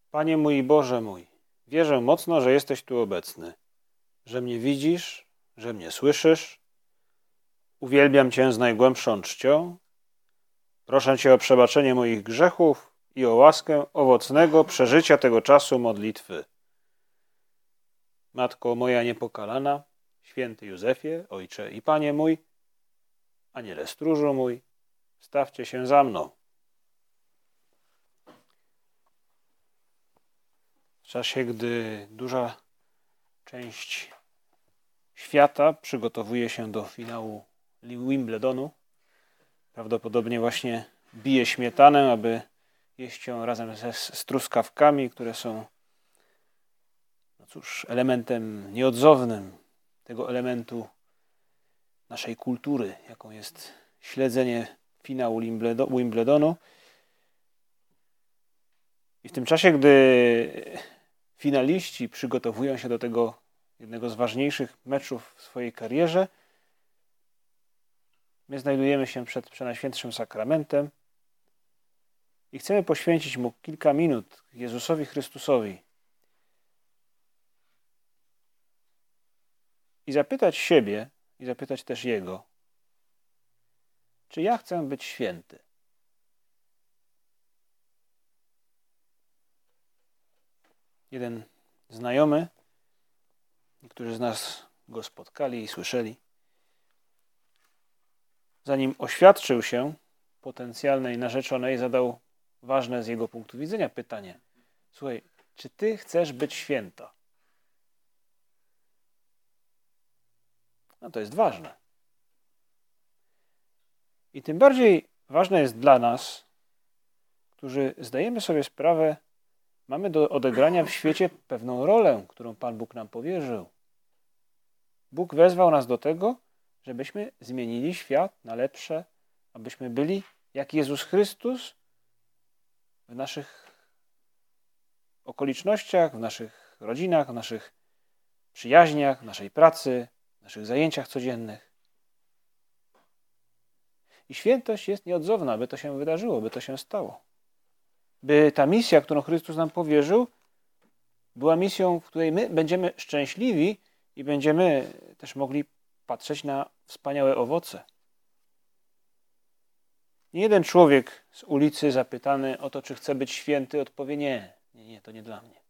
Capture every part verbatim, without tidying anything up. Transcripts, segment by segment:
Panie mój i Boże mój, wierzę mocno, że jesteś tu obecny, że mnie widzisz, że mnie słyszysz. Uwielbiam Cię z najgłębszą czcią. Proszę Cię o przebaczenie moich grzechów i o łaskę owocnego przeżycia tego czasu modlitwy. Matko moja niepokalana, święty Józefie, Ojcze i Panie mój, Aniele stróżu mój, stawcie się za mną. W czasie, gdy duża część świata przygotowuje się do finału Wimbledonu, prawdopodobnie właśnie bije śmietanę, aby jeść ją razem ze, z truskawkami, które są, no cóż, elementem nieodzownym tego elementu naszej kultury, jaką jest śledzenie finału Wimbledonu. I w tym czasie, gdy finaliści przygotowują się do tego jednego z ważniejszych meczów w swojej karierze, my znajdujemy się przed Przenajświętszym Sakramentem i chcemy poświęcić Mu kilka minut Jezusowi Chrystusowi i zapytać siebie, i zapytać też Jego, czy ja chcę być święty? Jeden znajomy, niektórzy z nas go spotkali i słyszeli, zanim oświadczył się potencjalnej narzeczonej, zadał ważne z jego punktu widzenia pytanie. Słuchaj, czy ty chcesz być święta? No to jest ważne. I tym bardziej ważne jest dla nas, którzy zdajemy sobie sprawę, mamy do odegrania w świecie pewną rolę, którą Pan Bóg nam powierzył. Bóg wezwał nas do tego, żebyśmy zmienili świat na lepsze, abyśmy byli jak Jezus Chrystus w naszych okolicznościach, w naszych rodzinach, w naszych przyjaźniach, w naszej pracy, w naszych zajęciach codziennych. I świętość jest nieodzowna, by to się wydarzyło, by to się stało. By ta misja, którą Chrystus nam powierzył, była misją, w której my będziemy szczęśliwi i będziemy też mogli patrzeć na wspaniałe owoce. Nie jeden człowiek z ulicy zapytany o to, czy chce być święty, odpowie nie, nie, nie, to nie dla mnie.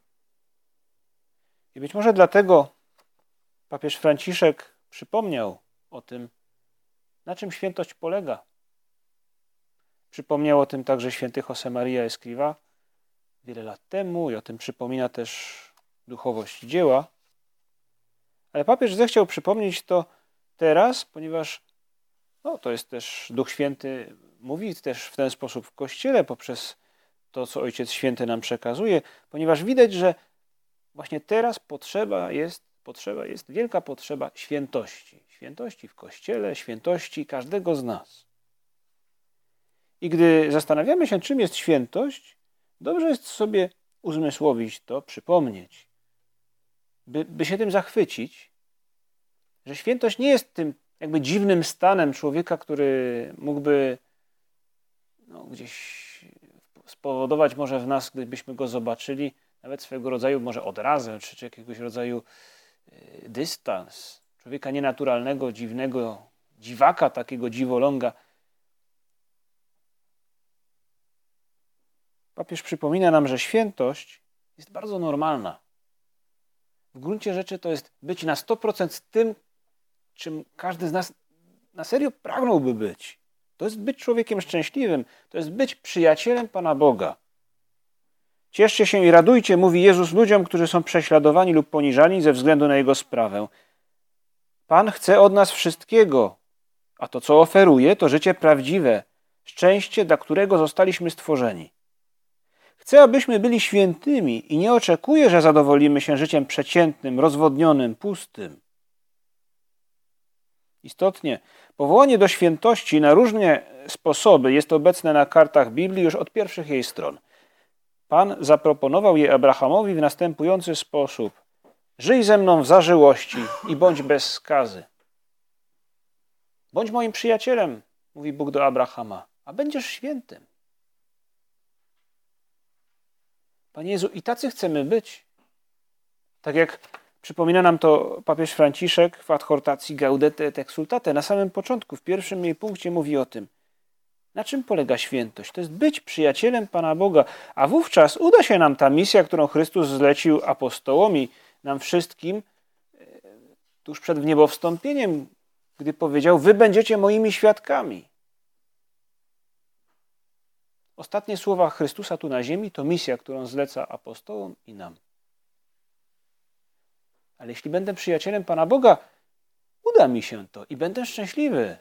I być może dlatego papież Franciszek przypomniał o tym, na czym świętość polega. Przypomniał o tym także święty Josemaria Escrivá wiele lat temu i o tym przypomina też duchowość dzieła. Ale papież zechciał przypomnieć to teraz, ponieważ no, to jest też Duch Święty, mówi też w ten sposób w Kościele poprzez to, co Ojciec Święty nam przekazuje, ponieważ widać, że właśnie teraz potrzeba jest, potrzeba jest wielka potrzeba świętości. Świętości w Kościele, świętości każdego z nas. I gdy zastanawiamy się, czym jest świętość, dobrze jest sobie uzmysłowić to, przypomnieć, by, by się tym zachwycić, że świętość nie jest tym jakby dziwnym stanem człowieka, który mógłby no, gdzieś spowodować może w nas, gdybyśmy go zobaczyli, nawet swego rodzaju może odrazę, czy, czy jakiegoś rodzaju y, dystans. Człowieka nienaturalnego, dziwnego, dziwaka, takiego dziwoląga. Papież przypomina nam, że świętość jest bardzo normalna. W gruncie rzeczy to jest być na sto procent tym, czym każdy z nas na serio pragnąłby być. To jest być człowiekiem szczęśliwym. To jest być przyjacielem Pana Boga. Cieszcie się i radujcie, mówi Jezus ludziom, którzy są prześladowani lub poniżani ze względu na Jego sprawę. Pan chce od nas wszystkiego, a to, co oferuje, to życie prawdziwe, szczęście, dla którego zostaliśmy stworzeni. Chce, abyśmy byli świętymi i nie oczekuje, że zadowolimy się życiem przeciętnym, rozwodnionym, pustym. Istotnie, powołanie do świętości na różne sposoby jest obecne na kartach Biblii już od pierwszych jej stron. Pan zaproponował je Abrahamowi w następujący sposób. Żyj ze mną w zażyłości i bądź bez skazy. Bądź moim przyjacielem, mówi Bóg do Abrahama, a będziesz świętym. Panie Jezu, i tacy chcemy być. Tak jak przypomina nam to papież Franciszek w adhortacji Gaudete et Exsultate. Na samym początku, w pierwszym jej punkcie mówi o tym, na czym polega świętość. To jest być przyjacielem Pana Boga, a wówczas uda się nam ta misja, którą Chrystus zlecił apostołom i nam wszystkim tuż przed wniebowstąpieniem, gdy powiedział, wy będziecie moimi świadkami. Ostatnie słowa Chrystusa tu na ziemi to misja, którą zleca apostołom i nam. Ale jeśli będę przyjacielem Pana Boga, uda mi się to i będę szczęśliwy.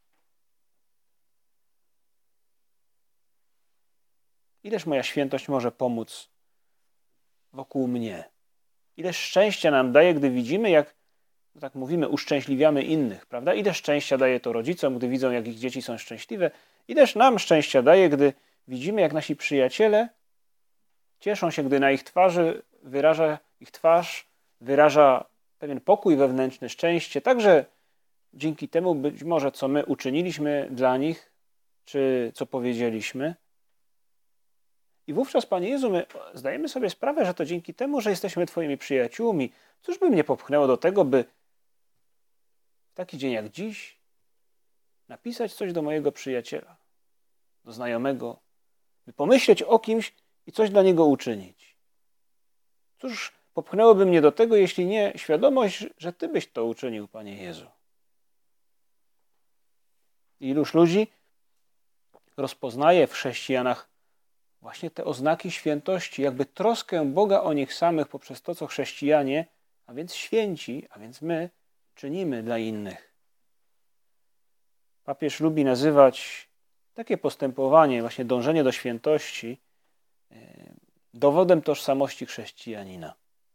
Ileż moja świętość może pomóc wokół mnie? Ileż szczęścia nam daje, gdy widzimy, jak, no tak mówimy, uszczęśliwiamy innych, prawda? Ileż szczęścia daje to rodzicom, gdy widzą, jak ich dzieci są szczęśliwe. Ileż nam szczęścia daje, gdy widzimy, jak nasi przyjaciele cieszą się, gdy na ich twarzy wyraża ich twarz, wyraża pewien pokój wewnętrzny, szczęście, także dzięki temu być może, co my uczyniliśmy dla nich, czy co powiedzieliśmy. I wówczas, Panie Jezu, my zdajemy sobie sprawę, że to dzięki temu, że jesteśmy Twoimi przyjaciółmi, cóż by mnie popchnęło do tego, by w taki dzień jak dziś napisać coś do mojego przyjaciela, do znajomego, by pomyśleć o kimś i coś dla niego uczynić. Cóż popchnęłoby mnie do tego, jeśli nie świadomość, że Ty byś to uczynił, Panie Jezu. Iluż ludzi rozpoznaje w chrześcijanach właśnie te oznaki świętości, jakby troskę Boga o nich samych poprzez to, co chrześcijanie, a więc święci, a więc my, czynimy dla innych. Papież lubi nazywać takie postępowanie, właśnie dążenie do świętości, dowodem tożsamości chrześcijanina.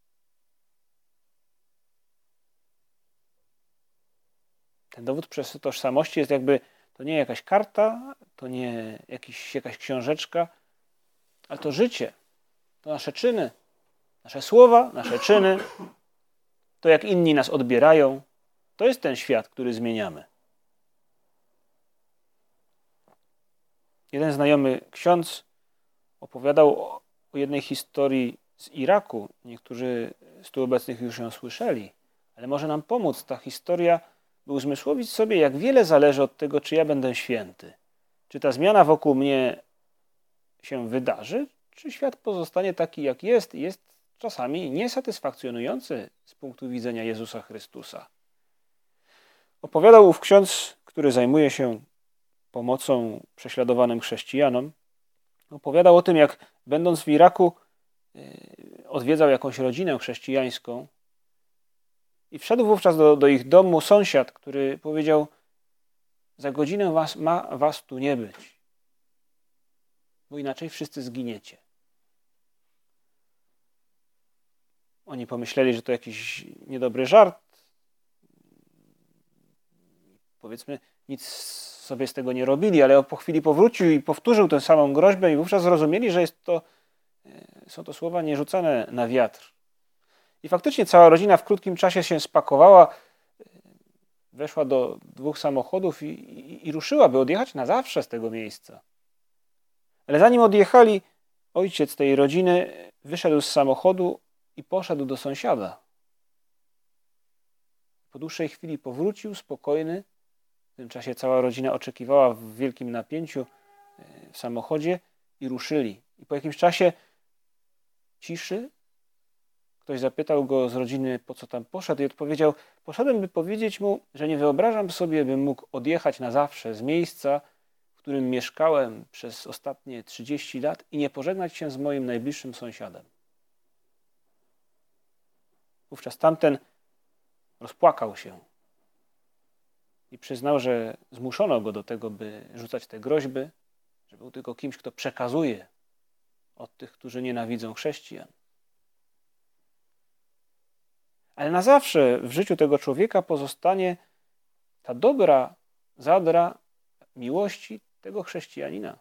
Ten dowód przez tożsamości jest jakby, to nie jakaś karta, to nie jakiś, jakaś książeczka, ale to życie, to nasze czyny, nasze słowa, nasze czyny, to jak inni nas odbierają, to jest ten świat, który zmieniamy. Jeden znajomy ksiądz opowiadał o, o jednej historii z Iraku. Niektórzy z tu obecnych już ją słyszeli, ale może nam pomóc ta historia, by uzmysłowić sobie, jak wiele zależy od tego, czy ja będę święty. Czy ta zmiana wokół mnie się wydarzy, czy świat pozostanie taki, jak jest i jest czasami niesatysfakcjonujący z punktu widzenia Jezusa Chrystusa. Opowiadał ów ksiądz, który zajmuje się pomocą prześladowanym chrześcijanom, opowiadał o tym, jak będąc w Iraku odwiedzał jakąś rodzinę chrześcijańską i wszedł wówczas do, do ich domu sąsiad, który powiedział, za godzinę was, ma was tu nie być, bo inaczej wszyscy zginiecie. Oni pomyśleli, że to jakiś niedobry żart. Powiedzmy, nic sobie z tego nie robili, ale po chwili powrócił i powtórzył tę samą groźbę i wówczas zrozumieli, że jest to, są to słowa nierzucane na wiatr. I faktycznie cała rodzina w krótkim czasie się spakowała, weszła do dwóch samochodów i, i, i ruszyła, by odjechać na zawsze z tego miejsca. Ale zanim odjechali, ojciec tej rodziny wyszedł z samochodu i poszedł do sąsiada. Po dłuższej chwili powrócił, spokojny. W tym czasie cała rodzina oczekiwała w wielkim napięciu w samochodzie i ruszyli. I po jakimś czasie ciszy ktoś zapytał go z rodziny, po co tam poszedł, i odpowiedział, poszedłem, by powiedzieć mu, że nie wyobrażam sobie, bym mógł odjechać na zawsze z miejsca, w którym mieszkałem przez ostatnie trzydzieści lat i nie pożegnać się z moim najbliższym sąsiadem. Wówczas tamten rozpłakał się i przyznał, że zmuszono go do tego, by rzucać te groźby, że był tylko kimś, kto przekazuje od tych, którzy nienawidzą chrześcijan. Ale na zawsze w życiu tego człowieka pozostanie ta dobra zadra miłości tego chrześcijanina.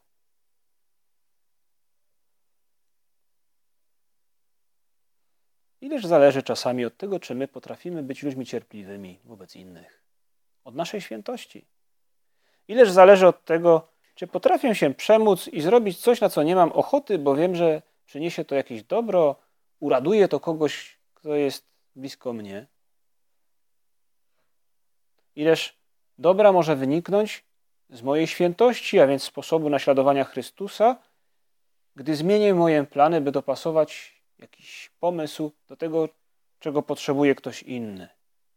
Ileż zależy czasami od tego, czy my potrafimy być ludźmi cierpliwymi wobec innych. Od naszej świętości. Ileż zależy od tego, czy potrafię się przemóc i zrobić coś, na co nie mam ochoty, bo wiem, że przyniesie to jakieś dobro, uraduje to kogoś, kto jest blisko mnie. Ileż dobra może wyniknąć z mojej świętości, a więc sposobu naśladowania Chrystusa, gdy zmienię moje plany, by dopasować jakiś pomysł do tego, czego potrzebuje ktoś inny.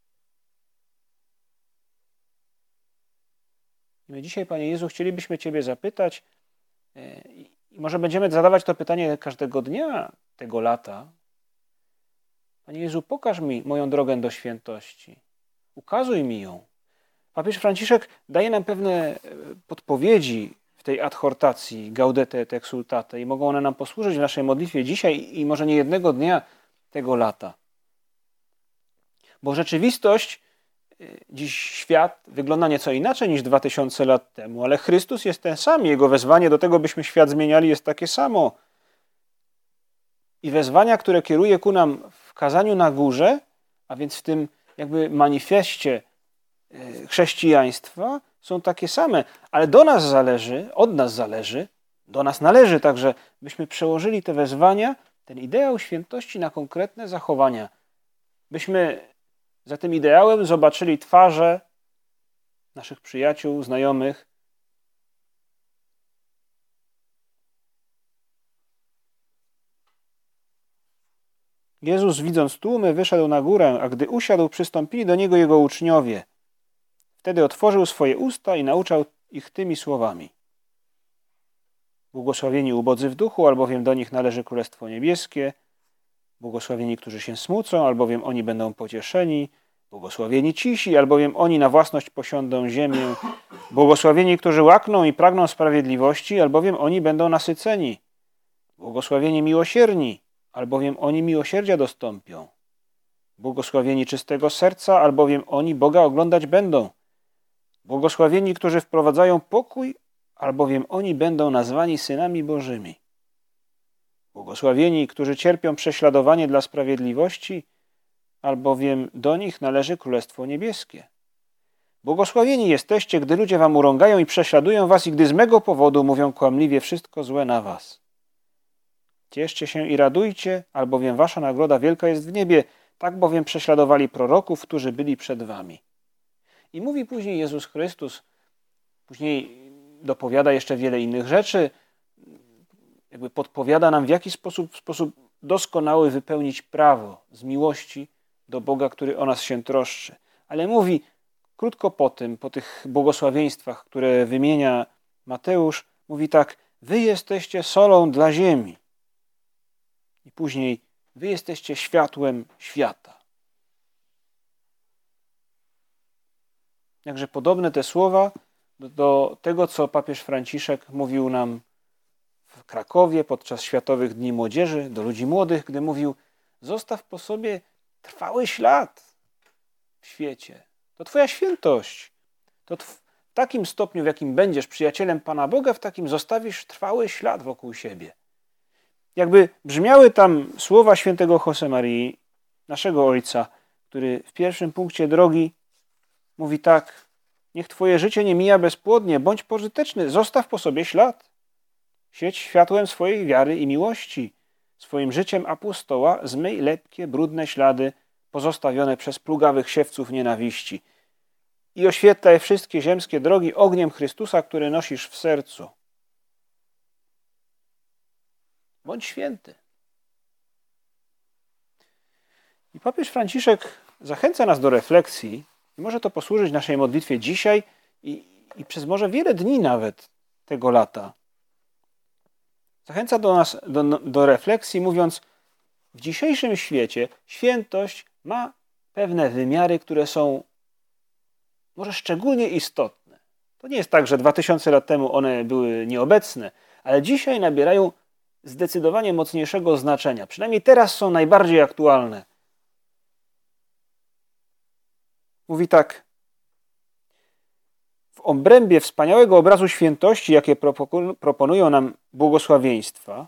I my dzisiaj, Panie Jezu, chcielibyśmy Ciebie zapytać, i może będziemy zadawać to pytanie każdego dnia tego lata. Panie Jezu, pokaż mi moją drogę do świętości. Ukazuj mi ją. Papież Franciszek daje nam pewne podpowiedzi w tej adhortacji Gaudete et Exsultate i mogą one nam posłużyć w naszej modlitwie dzisiaj i może nie jednego dnia tego lata. Bo rzeczywistość, dziś świat wygląda nieco inaczej niż dwa tysiące lat temu, ale Chrystus jest ten sam. Jego wezwanie do tego, byśmy świat zmieniali, jest takie samo. I wezwania, które kieruje ku nam w kazaniu na górze, a więc w tym jakby manifestie chrześcijaństwa, są takie same. Ale do nas zależy, od nas zależy, do nas należy także, byśmy przełożyli te wezwania, ten ideał świętości na konkretne zachowania. Byśmy za tym ideałem zobaczyli twarze naszych przyjaciół, znajomych. Jezus, widząc tłumy, wyszedł na górę, a gdy usiadł, przystąpili do Niego Jego uczniowie. Wtedy otworzył swoje usta i nauczał ich tymi słowami. Błogosławieni ubodzy w duchu, albowiem do nich należy Królestwo Niebieskie. Błogosławieni, którzy się smucą, albowiem oni będą pocieszeni. Błogosławieni cisi, albowiem oni na własność posiądą ziemię. Błogosławieni, którzy łakną i pragną sprawiedliwości, albowiem oni będą nasyceni. Błogosławieni miłosierni, albowiem oni miłosierdzia dostąpią. Błogosławieni czystego serca, albowiem oni Boga oglądać będą. Błogosławieni, którzy wprowadzają pokój, albowiem oni będą nazwani synami Bożymi. Błogosławieni, którzy cierpią prześladowanie dla sprawiedliwości, albowiem do nich należy Królestwo Niebieskie. Błogosławieni jesteście, gdy ludzie wam urągają i prześladują was i gdy z mego powodu mówią kłamliwie wszystko złe na was. Cieszcie się i radujcie, albowiem wasza nagroda wielka jest w niebie, tak bowiem prześladowali proroków, którzy byli przed wami. I mówi później Jezus Chrystus, później dopowiada jeszcze wiele innych rzeczy, jakby podpowiada nam, w jaki sposób, w sposób doskonały wypełnić prawo z miłości do Boga, który o nas się troszczy. Ale mówi krótko po tym, po tych błogosławieństwach, które wymienia Mateusz, mówi tak: wy jesteście solą dla ziemi. I później: wy jesteście światłem świata. Jakże podobne te słowa do, do tego, co papież Franciszek mówił nam w Krakowie podczas Światowych Dni Młodzieży, do ludzi młodych, gdy mówił: zostaw po sobie trwały ślad w świecie. To twoja świętość. To w takim stopniu, w jakim będziesz przyjacielem Pana Boga, w takim zostawisz trwały ślad wokół siebie. Jakby brzmiały tam słowa świętego Josemarii, naszego ojca, który w pierwszym punkcie drogi mówi tak: niech twoje życie nie mija bezpłodnie, bądź pożyteczny, zostaw po sobie ślad. Siedź światłem swojej wiary i miłości. Swoim życiem apostoła zmyj lepkie, brudne ślady pozostawione przez plugawych siewców nienawiści i oświetlaj wszystkie ziemskie drogi ogniem Chrystusa, który nosisz w sercu. Bądź święty. I papież Franciszek zachęca nas do refleksji i może to posłużyć naszej modlitwie dzisiaj i, i przez może wiele dni nawet tego lata. Zachęca do nas do, do refleksji, mówiąc: w dzisiejszym świecie świętość ma pewne wymiary, które są może szczególnie istotne. To nie jest tak, że dwa tysiące lat temu one były nieobecne, ale dzisiaj nabierają zdecydowanie mocniejszego znaczenia. Przynajmniej teraz są najbardziej aktualne. Mówi tak: w obrębie wspaniałego obrazu świętości, jakie proponują nam błogosławieństwa,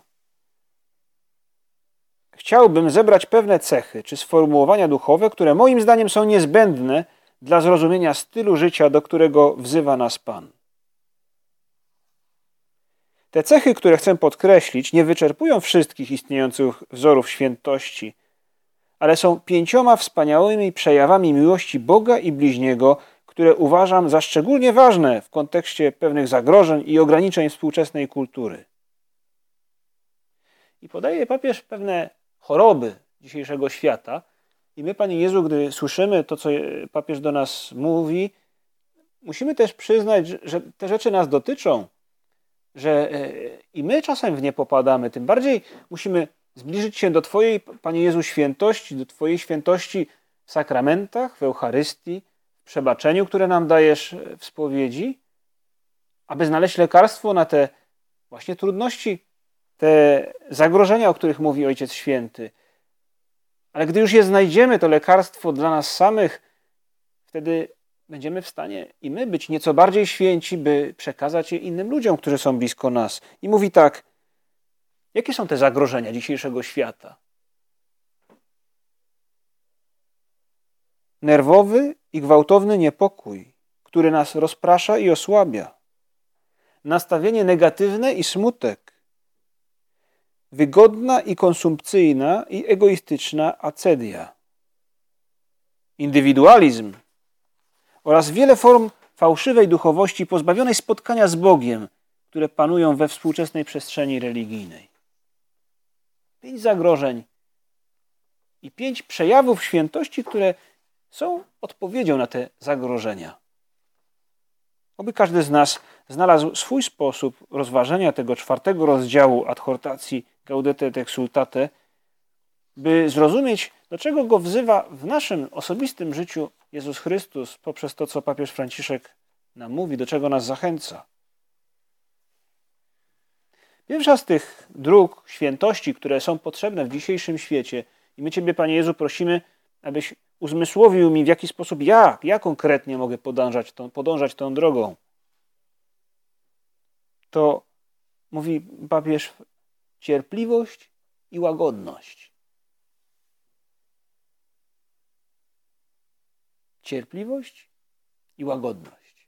chciałbym zebrać pewne cechy czy sformułowania duchowe, które moim zdaniem są niezbędne dla zrozumienia stylu życia, do którego wzywa nas Pan. Te cechy, które chcę podkreślić, nie wyczerpują wszystkich istniejących wzorów świętości, ale są pięcioma wspaniałymi przejawami miłości Boga i bliźniego, które uważam za szczególnie ważne w kontekście pewnych zagrożeń i ograniczeń współczesnej kultury. I podaje papież pewne choroby dzisiejszego świata. I my, Panie Jezu, gdy słyszymy to, co papież do nas mówi, musimy też przyznać, że te rzeczy nas dotyczą, że i my czasem w nie popadamy. Tym bardziej musimy zbliżyć się do Twojej, Panie Jezu, świętości, do Twojej świętości w sakramentach, w Eucharystii, w przebaczeniu, które nam dajesz w spowiedzi, aby znaleźć lekarstwo na te właśnie trudności, te zagrożenia, o których mówi Ojciec Święty. Ale gdy już je znajdziemy, to lekarstwo dla nas samych, wtedy będziemy w stanie i my być nieco bardziej święci, by przekazać je innym ludziom, którzy są blisko nas. I mówi tak, jakie są te zagrożenia dzisiejszego świata? Nerwowy i gwałtowny niepokój, który nas rozprasza i osłabia. Nastawienie negatywne i smutek. Wygodna i konsumpcyjna i egoistyczna acedia. Indywidualizm oraz wiele form fałszywej duchowości pozbawionej spotkania z Bogiem, które panują we współczesnej przestrzeni religijnej. Pięć zagrożeń i pięć przejawów świętości, które są odpowiedzią na te zagrożenia. Oby każdy z nas znalazł swój sposób rozważenia tego czwartego rozdziału adhortacji Gaudete et Exsultate, by zrozumieć, do czego go wzywa w naszym osobistym życiu Jezus Chrystus poprzez to, co papież Franciszek nam mówi, do czego nas zachęca. Pierwsza z tych dróg świętości, które są potrzebne w dzisiejszym świecie, i my Ciebie, Panie Jezu, prosimy, abyś uzmysłowił mi, w jaki sposób ja, ja konkretnie mogę podążać tą, podążać tą drogą. To mówi papież, cierpliwość i łagodność. Cierpliwość i łagodność.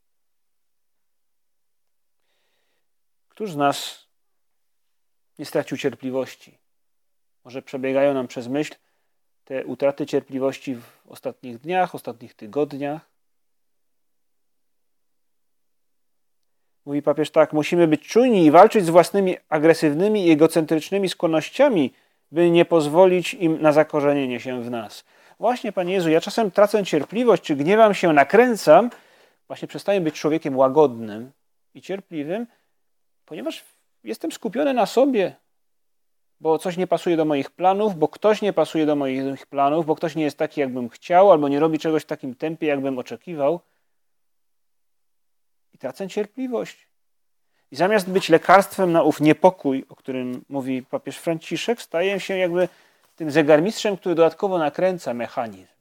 Któż z nas nie stracił cierpliwości? Może przebiegają nam przez myśl te utraty cierpliwości w ostatnich dniach, ostatnich tygodniach. Mówi papież tak, musimy być czujni i walczyć z własnymi agresywnymi i egocentrycznymi skłonnościami, by nie pozwolić im na zakorzenienie się w nas. Właśnie, Panie Jezu, ja czasem tracę cierpliwość, czy gniewam się, nakręcam, właśnie przestaję być człowiekiem łagodnym i cierpliwym, ponieważ jestem skupiony na sobie, bo coś nie pasuje do moich planów, bo ktoś nie pasuje do moich planów, bo ktoś nie jest taki, jakbym chciał, albo nie robi czegoś w takim tempie, jakbym oczekiwał. I tracę cierpliwość. I zamiast być lekarstwem na ów niepokój, o którym mówi papież Franciszek, staję się jakby tym zegarmistrzem, który dodatkowo nakręca mechanizm.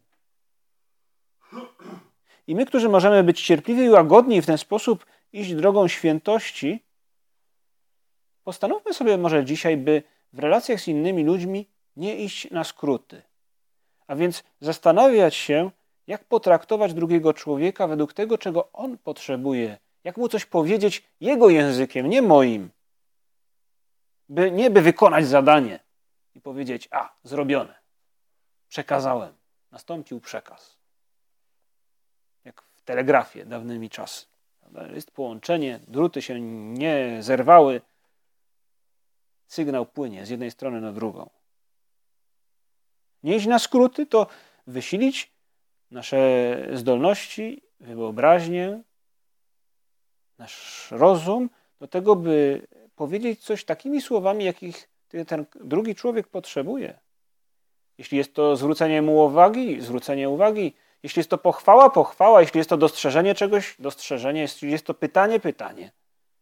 I my, którzy możemy być cierpliwi i łagodni i w ten sposób iść drogą świętości, postanówmy sobie może dzisiaj, by w relacjach z innymi ludźmi nie iść na skróty. A więc zastanawiać się, jak potraktować drugiego człowieka według tego, czego on potrzebuje. Jak mu coś powiedzieć jego językiem, nie moim. By, nie by wykonać zadanie i powiedzieć, a, zrobione, przekazałem, nastąpił przekaz. Jak w telegrafie dawnymi czasy. Jest połączenie, druty się nie zerwały, sygnał płynie z jednej strony na drugą. Nie iść na skróty, to wysilić nasze zdolności, wyobraźnię, nasz rozum do tego, by powiedzieć coś takimi słowami, jakich ten drugi człowiek potrzebuje. Jeśli jest to zwrócenie mu uwagi, zwrócenie uwagi. Jeśli jest to pochwała, pochwała. Jeśli jest to dostrzeżenie czegoś, dostrzeżenie. Jeśli jest to pytanie, pytanie.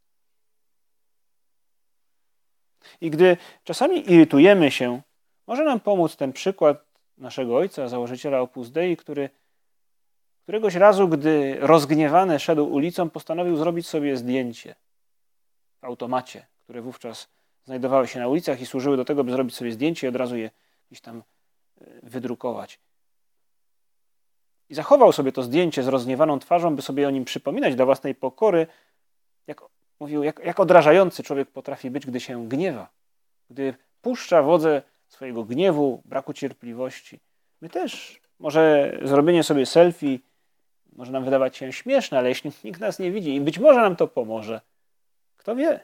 I gdy czasami irytujemy się, może nam pomóc ten przykład naszego ojca, założyciela Opus Dei, który któregoś razu, gdy rozgniewany szedł ulicą, postanowił zrobić sobie zdjęcie w automacie, które wówczas znajdowały się na ulicach i służyły do tego, by zrobić sobie zdjęcie i od razu je gdzieś tam wydrukować. I zachował sobie to zdjęcie z rozgniewaną twarzą, by sobie o nim przypominać dla własnej pokory, jak mówił, jak, jak odrażający człowiek potrafi być, gdy się gniewa. Gdy puszcza wodze swojego gniewu, braku cierpliwości. My też, może zrobienie sobie selfie może nam wydawać się śmieszne, ale jeśli nikt nas nie widzi i być może nam to pomoże, kto wie?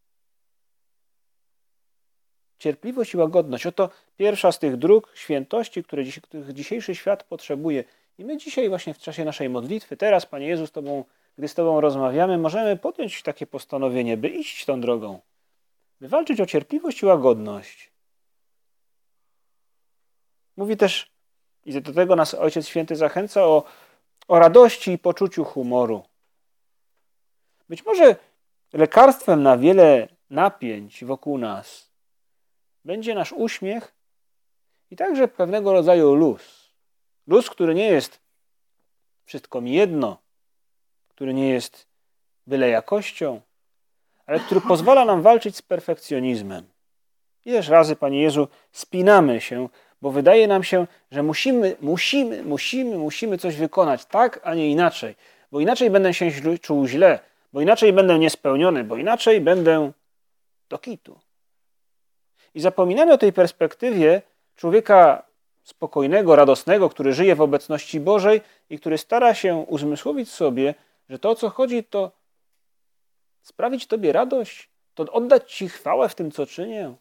Cierpliwość i łagodność. Oto pierwsza z tych dróg świętości, które dziś, których dzisiejszy świat potrzebuje. I my dzisiaj właśnie w czasie naszej modlitwy, teraz, Panie Jezu, z Tobą, gdy z Tobą rozmawiamy, możemy podjąć takie postanowienie, by iść tą drogą. By walczyć o cierpliwość i łagodność. Mówi też, i do tego nas Ojciec Święty zachęca, o, o radości i poczuciu humoru. Być może lekarstwem na wiele napięć wokół nas będzie nasz uśmiech i także pewnego rodzaju luz. Luz, który nie jest wszystko mi jedno, który nie jest byle jakością, ale który pozwala nam walczyć z perfekcjonizmem. Ileż razy, Panie Jezu, spinamy się, bo wydaje nam się, że musimy, musimy, musimy, musimy coś wykonać tak, a nie inaczej. Bo inaczej będę się czuł źle, bo inaczej będę niespełniony, bo inaczej będę do kitu. I zapominamy o tej perspektywie człowieka spokojnego, radosnego, który żyje w obecności Bożej i który stara się uzmysłowić sobie, że to, o co chodzi, to sprawić Tobie radość, to oddać Ci chwałę w tym, co czynię.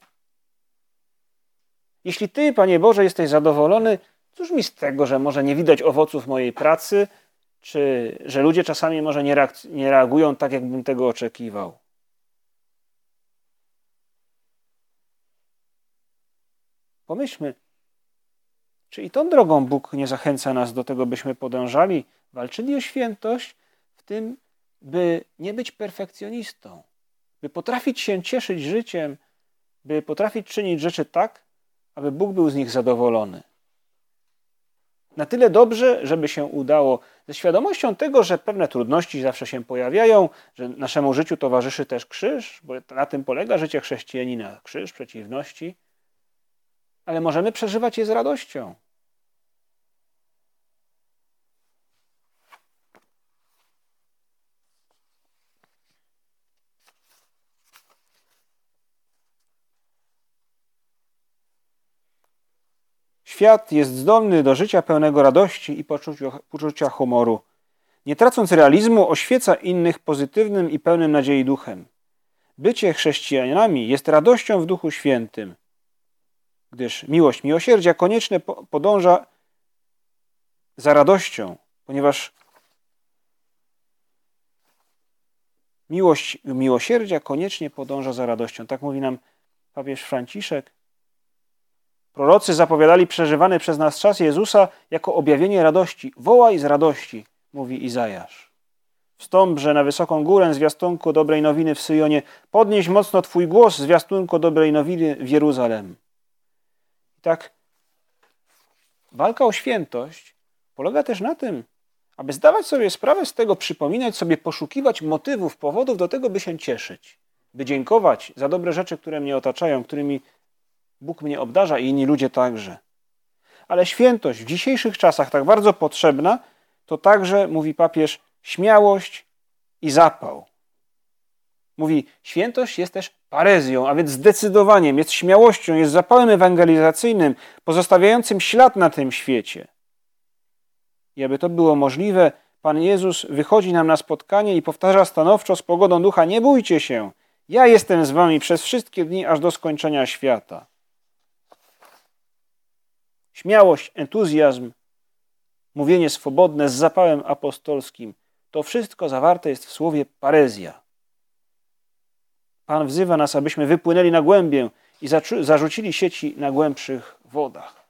Jeśli Ty, Panie Boże, jesteś zadowolony, cóż mi z tego, że może nie widać owoców mojej pracy, czy że ludzie czasami może nie, reak- nie reagują tak, jakbym tego oczekiwał. Pomyślmy, czy i tą drogą Bóg nie zachęca nas do tego, byśmy podążali, walczyli o świętość, w tym, by nie być perfekcjonistą, by potrafić się cieszyć życiem, by potrafić czynić rzeczy tak, aby Bóg był z nich zadowolony. Na tyle dobrze, żeby się udało, ze świadomością tego, że pewne trudności zawsze się pojawiają, że naszemu życiu towarzyszy też krzyż, bo na tym polega życie chrześcijanina, krzyż, przeciwności, ale możemy przeżywać je z radością. Świat jest zdolny do życia pełnego radości i poczucia, poczucia humoru. Nie tracąc realizmu, oświeca innych pozytywnym i pełnym nadziei duchem. Bycie chrześcijanami jest radością w Duchu Świętym, gdyż miłość miłosierdzia koniecznie podąża za radością, ponieważ miłość miłosierdzia koniecznie podąża za radością. Tak mówi nam papież Franciszek. Prorocy zapowiadali przeżywany przez nas czas Jezusa jako objawienie radości. Wołaj z radości, mówi Izajasz. Wstąpże na wysoką górę, zwiastunku dobrej nowiny w Syjonie. Podnieś mocno Twój głos, zwiastunku dobrej nowiny w Jeruzalem. I tak walka o świętość polega też na tym, aby zdawać sobie sprawę z tego, przypominać sobie, poszukiwać motywów, powodów do tego, by się cieszyć, by dziękować za dobre rzeczy, które mnie otaczają, którymi Bóg mnie obdarza i inni ludzie także. Ale świętość w dzisiejszych czasach tak bardzo potrzebna, to także, mówi papież, śmiałość i zapał. Mówi, świętość jest też parezją, a więc zdecydowaniem, jest śmiałością, jest zapałem ewangelizacyjnym, pozostawiającym ślad na tym świecie. I aby to było możliwe, Pan Jezus wychodzi nam na spotkanie i powtarza stanowczo z pogodą ducha, nie bójcie się, ja jestem z wami przez wszystkie dni, aż do skończenia świata. Śmiałość, entuzjazm, mówienie swobodne z zapałem apostolskim, to wszystko zawarte jest w słowie parezja. Pan wzywa nas, abyśmy wypłynęli na głębię i zarzucili sieci na głębszych wodach.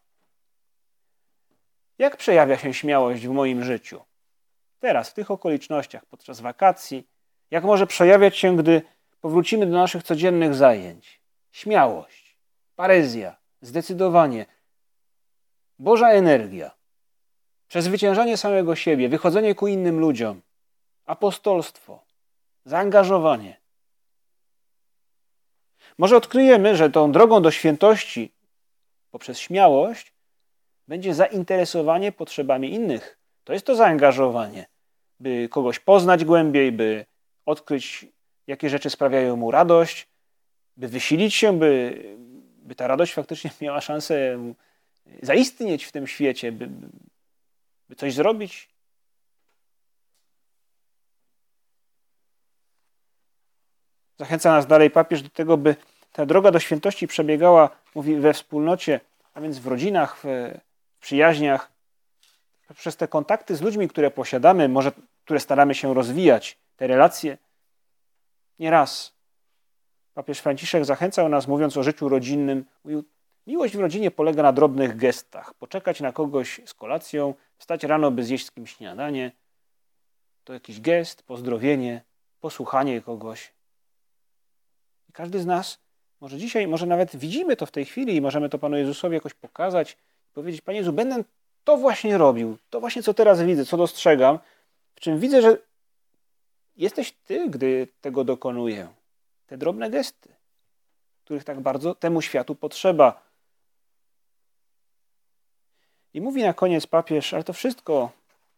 Jak przejawia się śmiałość w moim życiu? Teraz, w tych okolicznościach, podczas wakacji, jak może przejawiać się, gdy powrócimy do naszych codziennych zajęć? Śmiałość, parezja, zdecydowanie, Boża energia, przezwyciężanie samego siebie, wychodzenie ku innym ludziom, apostolstwo, zaangażowanie. Może odkryjemy, że tą drogą do świętości poprzez śmiałość będzie zainteresowanie potrzebami innych. To jest to zaangażowanie, by kogoś poznać głębiej, by odkryć jakie rzeczy sprawiają mu radość, by wysilić się, by, by ta radość faktycznie miała szansę zaistnieć w tym świecie, by, by coś zrobić. Zachęca nas dalej papież do tego, by ta droga do świętości przebiegała, mówi, we wspólnocie, a więc w rodzinach, w przyjaźniach, przez te kontakty z ludźmi, które posiadamy, może które staramy się rozwijać, te relacje. Nieraz papież Franciszek zachęcał nas, mówiąc o życiu rodzinnym, mówił, miłość w rodzinie polega na drobnych gestach. Poczekać na kogoś z kolacją, wstać rano, by zjeść z kimś śniadanie. To jakiś gest, pozdrowienie, posłuchanie kogoś. I każdy z nas, może dzisiaj, może nawet widzimy to w tej chwili i możemy to Panu Jezusowi jakoś pokazać i powiedzieć, Panie Jezu, będę to właśnie robił, to właśnie co teraz widzę, co dostrzegam, w czym widzę, że jesteś Ty, gdy tego dokonuję. Te drobne gesty, których tak bardzo temu światu potrzeba. I mówi na koniec papież, ale to wszystko,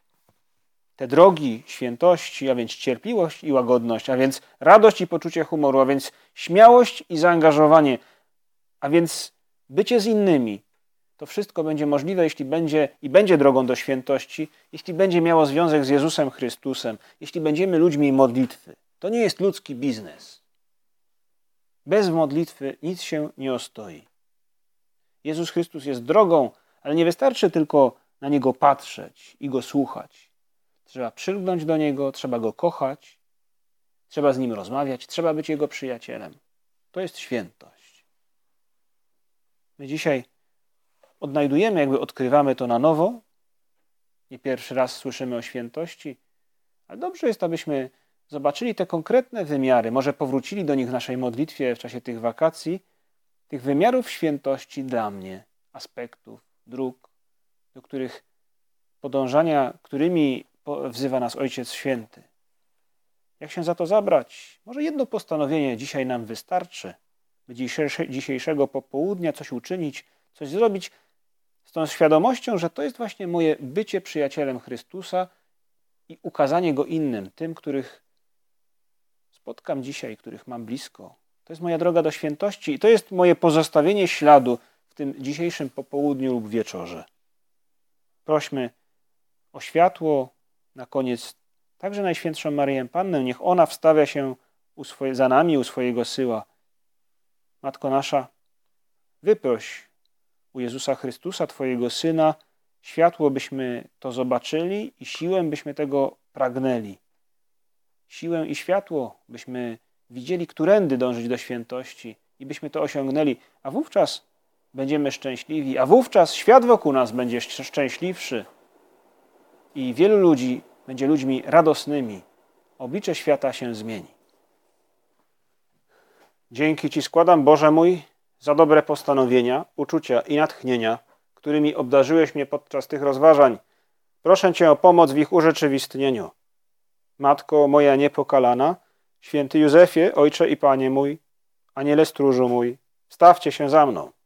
te drogi świętości, a więc cierpliwość i łagodność, a więc radość i poczucie humoru, a więc śmiałość i zaangażowanie, a więc bycie z innymi, to wszystko będzie możliwe, jeśli będzie i będzie drogą do świętości, jeśli będzie miało związek z Jezusem Chrystusem, jeśli będziemy ludźmi modlitwy. To nie jest ludzki biznes. Bez modlitwy nic się nie ostoi. Jezus Chrystus jest drogą, ale nie wystarczy tylko na Niego patrzeć i Go słuchać. Trzeba przylgnąć do Niego, trzeba Go kochać, trzeba z Nim rozmawiać, trzeba być Jego przyjacielem. To jest świętość. My dzisiaj odnajdujemy, jakby odkrywamy to na nowo. Nie pierwszy raz słyszymy o świętości, ale dobrze jest, abyśmy zobaczyli te konkretne wymiary, może powrócili do nich w naszej modlitwie w czasie tych wakacji, tych wymiarów świętości dla mnie, aspektów, dróg, do których podążania, którymi wzywa nas Ojciec Święty. Jak się za to zabrać? Może jedno postanowienie dzisiaj nam wystarczy, by dzisiejszego popołudnia coś uczynić, coś zrobić z tą świadomością, że to jest właśnie moje bycie przyjacielem Chrystusa i ukazanie Go innym, tym, których spotkam dzisiaj, których mam blisko. To jest moja droga do świętości i to jest moje pozostawienie śladu w tym dzisiejszym popołudniu lub wieczorze. Prośmy o światło, na koniec także Najświętszą Maryję Pannę, niech ona wstawia się u swoje, za nami u swojego syła. Matko nasza, wyproś u Jezusa Chrystusa, Twojego Syna, światło, byśmy to zobaczyli i siłę, byśmy tego pragnęli. Siłę i światło, byśmy widzieli, którędy dążyć do świętości i byśmy to osiągnęli, a wówczas będziemy szczęśliwi, a wówczas świat wokół nas będzie szczęśliwszy i wielu ludzi będzie ludźmi radosnymi. Oblicze świata się zmieni. Dzięki Ci składam, Boże mój, za dobre postanowienia, uczucia i natchnienia, którymi obdarzyłeś mnie podczas tych rozważań. Proszę Cię o pomoc w ich urzeczywistnieniu. Matko moja niepokalana, święty Józefie, Ojcze i Panie mój, Aniele stróżu mój, stawcie się za mną.